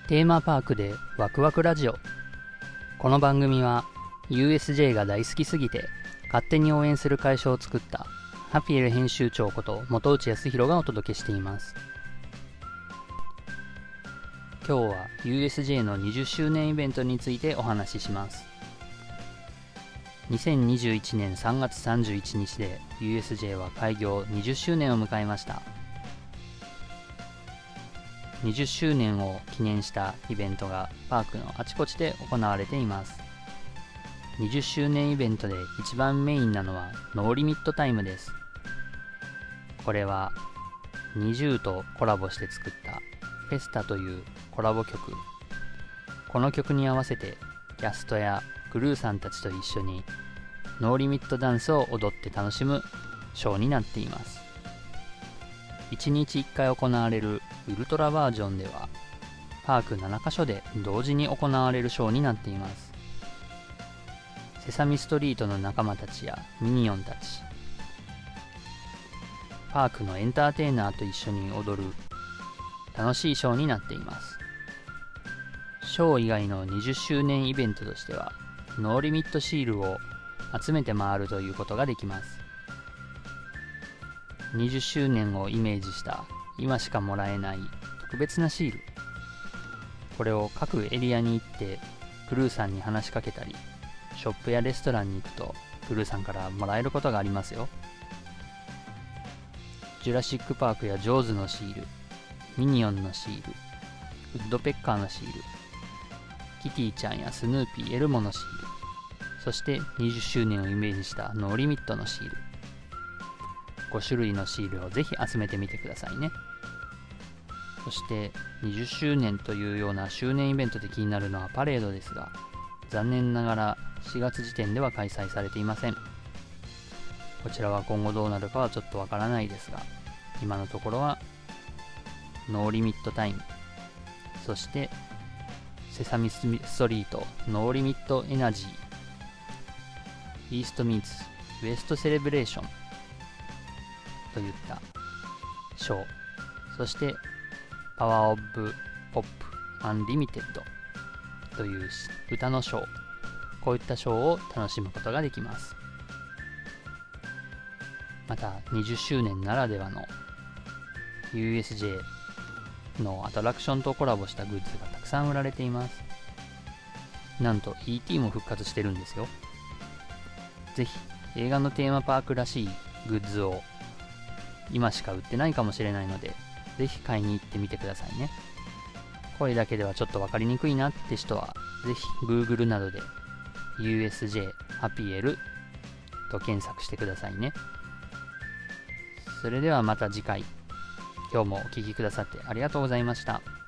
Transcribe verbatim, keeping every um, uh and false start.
テーマパークでワクワクラジオ。この番組は ユーエスジェー が大好きすぎて勝手に応援する会社を作ったハピエル編集長こと本内康弘がお届けしています。今日は ユーエスジェー のにじゅっしゅうねんイベントについてお話しします。にせんにじゅういちねんさんがつさんじゅういちにちで ユーエスジェー は開業にじゅっしゅうねんを迎えました。にじゅっしゅうねんを記念したイベントがパークのあちこちで行われています。にじゅっしゅうねんイベントで一番メインなのはノーリミットタイムです。これはニジューとコラボして作ったフェスタというコラボ曲。この曲に合わせてキャストやクルーさんたちと一緒にノーリミットダンスを踊って楽しむショーになっています。いちにちいっかい行われるウルトラバージョンではパークななかしょで同時に行われるショーになっています。セサミストリートの仲間たちやミニオンたち、パークのエンターテイナーと一緒に踊る楽しいショーになっています。ショー以外のにじゅっしゅうねんイベントとしてはノーリミットシールを集めて回るということができます。にじゅっしゅうねんをイメージした今しかもらえない特別なシール。これを各エリアに行ってクルーさんに話しかけたり、ショップやレストランに行くとクルーさんからもらえることがありますよ。ジュラシックパークやジョーズのシール、ミニオンのシール、ウッドペッカーのシール、キティちゃんやスヌーピー、エルモのシール、そしてにじゅっしゅうねんをイメージしたノーリミットのシール。ごしゅるいのシールをぜひ集めてみてくださいね。そしてにじゅっしゅうねんというような周年イベントで気になるのはパレードですが、残念ながらしがつ時点では開催されていません。こちらは今後どうなるかはちょっとわからないですが、今のところはノーリミットタイム、そしてセサミストリートノーリミットエナジー、イーストミーツウエストセレブレーションといったショー、そしてパワーオブポップアンリミテッドという歌のショー、こういったショーを楽しむことができます。またにじゅっしゅうねんならではの ユーエスジェー のアトラクションとコラボしたグッズがたくさん売られています。なんと イーティー も復活してるんですよ。ぜひ映画のテーマパークらしいグッズを今しか売ってないかもしれないので、ぜひ買いに行ってみてくださいね。声だけではちょっと分かりにくいなって人は、ぜひ Google などで ユーエスジェー ハピエルと検索してくださいね。それではまた次回。今日もお聞きくださってありがとうございました。